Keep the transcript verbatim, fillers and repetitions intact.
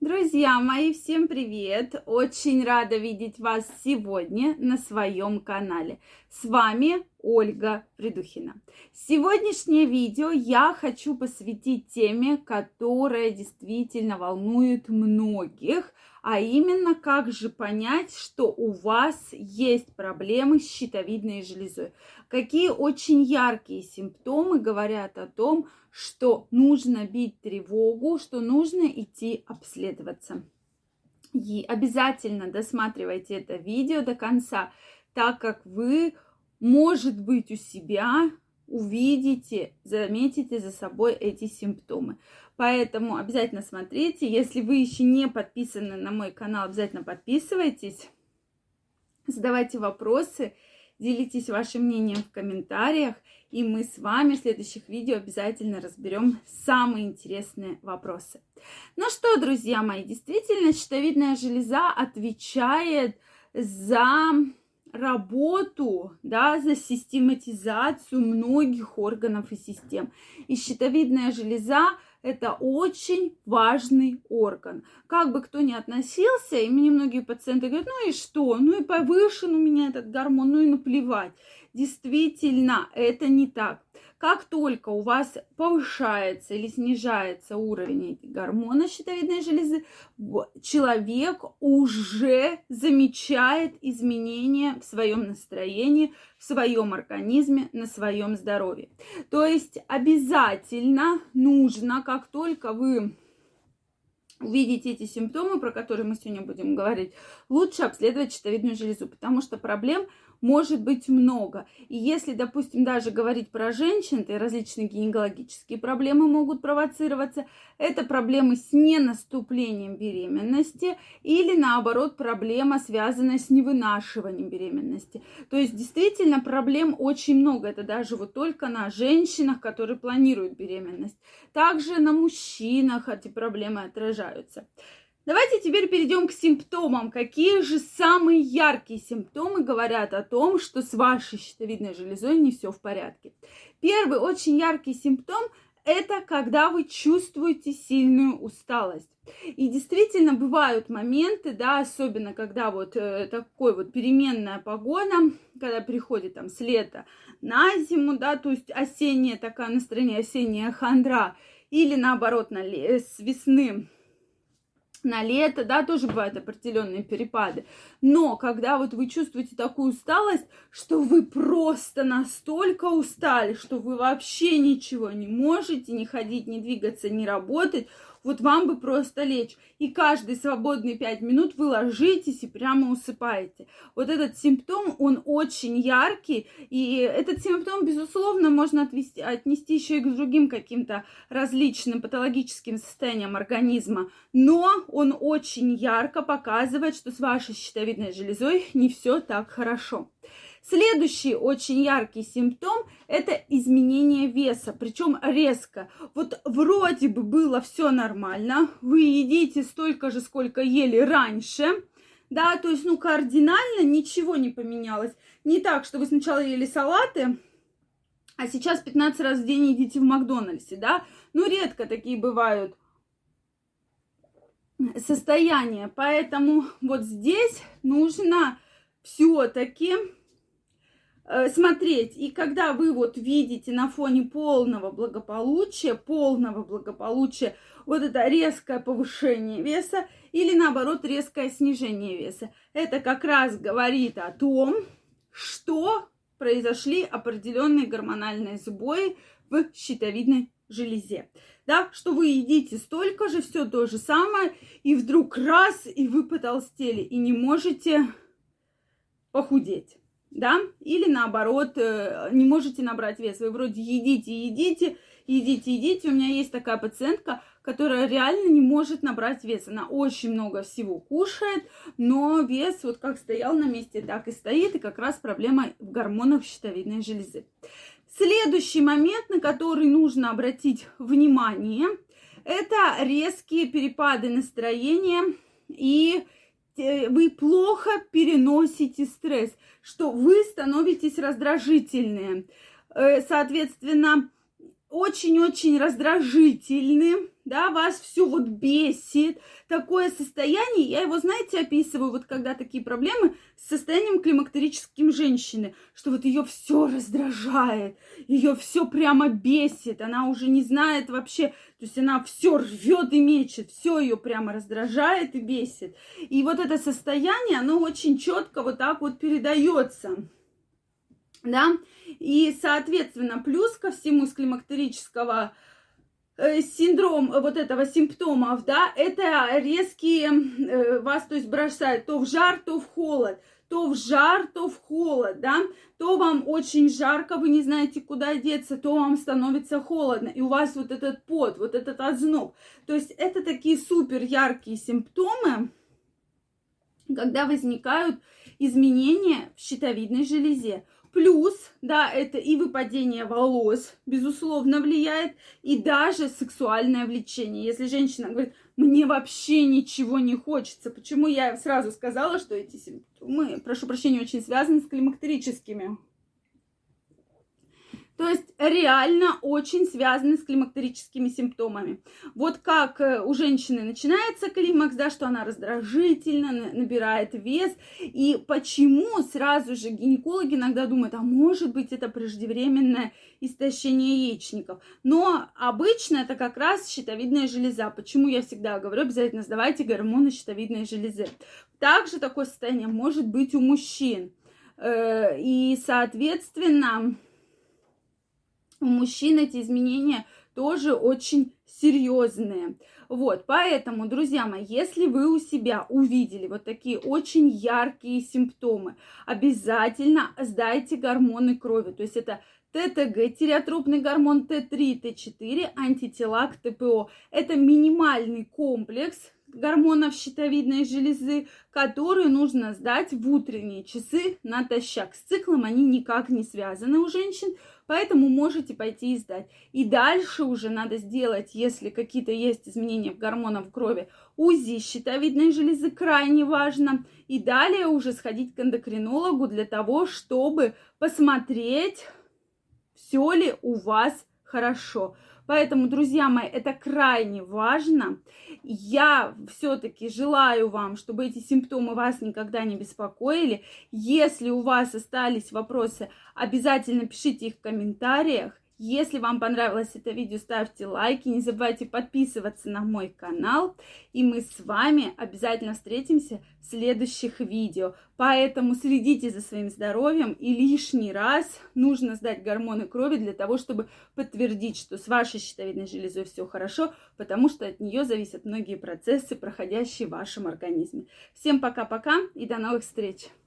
Друзья мои, всем привет! Очень рада видеть вас сегодня на своем канале. С вами Ольга Придухина. Сегодняшнее видео я хочу посвятить теме, которая действительно волнует многих, а именно, как же понять, что у вас есть проблемы с щитовидной железой. Какие очень яркие симптомы говорят о том, что нужно бить тревогу, что нужно идти обследоваться. И обязательно досматривайте это видео до конца, так как вы, может быть, у себя увидите, заметите за собой эти симптомы. Поэтому обязательно смотрите. Если вы еще не подписаны на мой канал, обязательно подписывайтесь, задавайте вопросы, делитесь вашим мнением в комментариях, и мы с вами в следующих видео обязательно разберем самые интересные вопросы. Ну что, друзья мои, действительно, щитовидная железа отвечает за работу, да, за систематизацию многих органов и систем. И щитовидная железа – это очень важный орган. Как бы кто ни относился, и мне многие пациенты говорят, ну и что, ну и повышен у меня этот гормон, ну и наплевать. Действительно, это не так. Как только у вас повышается или снижается уровень гормона щитовидной железы, человек уже замечает изменения в своем настроении, в своем организме, на своем здоровье. То есть обязательно нужно, как только вы увидите эти симптомы, про которые мы сегодня будем говорить, лучше обследовать щитовидную железу, потому что проблем может быть много. И если, допустим, даже говорить про женщин, то и различные гинекологические проблемы могут провоцироваться. Это проблемы с ненаступлением беременности или, наоборот, проблема, связанная с невынашиванием беременности. То есть, действительно, проблем очень много. Это даже вот только на женщинах, которые планируют беременность. Также на мужчинах эти проблемы отражаются. Давайте теперь перейдем к симптомам. Какие же самые яркие симптомы говорят о том, что с вашей щитовидной железой не все в порядке? Первый очень яркий симптом – это когда вы чувствуете сильную усталость. И действительно бывают моменты, да, особенно когда вот э, такой вот переменная погода, когда приходит там с лета на зиму, да, то есть осеннее такое настроение, осенняя хандра, или наоборот на, с весны на лето, да, тоже бывают определенные перепады. Но когда вот вы чувствуете такую усталость, что вы просто настолько устали, что вы вообще ничего не можете, не ходить, не двигаться, не работать, вот вам бы просто лечь. И каждые свободные пять минут вы ложитесь и прямо усыпаете. Вот этот симптом, он очень яркий. И этот симптом, безусловно, можно отвести, отнести еще и к другим каким-то различным патологическим состояниям организма. Но он очень ярко показывает, что с вашей щитовидной железой не все так хорошо. Следующий очень яркий симптом – это изменение веса, причем резко. Вот вроде бы было все нормально, вы едите столько же, сколько ели раньше, да, то есть, ну, кардинально ничего не поменялось. Не так, что вы сначала ели салаты, а сейчас пятнадцать раз в день едите в Макдональдсе, да. Ну, редко такие бывают состояния, поэтому вот здесь нужно все-таки смотреть. И когда вы вот видите на фоне полного благополучия, полного благополучия вот это резкое повышение веса или наоборот резкое снижение веса, это как раз говорит о том, что произошли определенные гормональные сбои в щитовидной железе. Да, что вы едите столько же, все то же самое, и вдруг раз, и вы потолстели, и не можете похудеть. Да, или наоборот, не можете набрать вес. Вы вроде едите, едите, едите, едите. У меня есть такая пациентка, которая реально не может набрать вес. Она очень много всего кушает, но вес вот как стоял на месте, так и стоит. И как раз проблема в гормонах щитовидной железы. Следующий момент, на который нужно обратить внимание, это резкие перепады настроения и вы плохо переносите стресс, что вы становитесь раздражительные. Соответственно, очень-очень раздражительны, да, вас все вот бесит, такое состояние, я его, знаете, описываю, вот когда такие проблемы с состоянием климактерическим женщины, что вот ее все раздражает, ее все прямо бесит, она уже не знает вообще, то есть она все рвет и мечет, все ее прямо раздражает и бесит. И вот это состояние, оно очень четко вот так вот передается. Да, и, соответственно, плюс ко всему с климактерического э, синдрома, вот этого симптомов, да, это резкие, э, вас, то есть, бросает то в жар, то в холод, то в жар, то в холод, да, то вам очень жарко, вы не знаете, куда деться, то вам становится холодно, и у вас вот этот пот, вот этот озноб, то есть, это такие супер яркие симптомы, когда возникают изменения в щитовидной железе. Плюс, да, это и выпадение волос, безусловно, влияет, и даже сексуальное влечение. Если женщина говорит, мне вообще ничего не хочется, почему я сразу сказала, что эти симптомы, прошу прощения, очень связаны с климактерическими. То есть реально очень связаны с климактерическими симптомами. Вот как у женщины начинается климакс, да, что она раздражительна, набирает вес. И почему сразу же гинекологи иногда думают, а может быть это преждевременное истощение яичников. Но обычно это как раз щитовидная железа. Почему я всегда говорю, обязательно сдавайте гормоны щитовидной железы. Также такое состояние может быть у мужчин. И, соответственно, у мужчин эти изменения тоже очень серьезные. Вот, поэтому, друзья мои, если вы у себя увидели вот такие очень яркие симптомы, обязательно сдайте гормоны крови. То есть это ТТГ, тиреотропный гормон Т три, Т четыре, антитела к Т П О. Это минимальный комплекс гормонов щитовидной железы, которые нужно сдать в утренние часы натощак. С циклом они никак не связаны у женщин, поэтому можете пойти и сдать. И дальше уже надо сделать, если какие-то есть изменения в гормонах в крови, УЗИ щитовидной железы, крайне важно. И далее уже сходить к эндокринологу для того, чтобы посмотреть, все ли у вас хорошо. Поэтому, друзья мои, это крайне важно. Я все-таки желаю вам, чтобы эти симптомы вас никогда не беспокоили. Если у вас остались вопросы, обязательно пишите их в комментариях. Если вам понравилось это видео, ставьте лайки. Не забывайте подписываться на мой канал. И мы с вами обязательно встретимся в следующих видео. Поэтому следите за своим здоровьем. И лишний раз нужно сдать гормоны крови для того, чтобы подтвердить, что с вашей щитовидной железой все хорошо, потому что от нее зависят многие процессы, проходящие в вашем организме. Всем пока-пока и до новых встреч!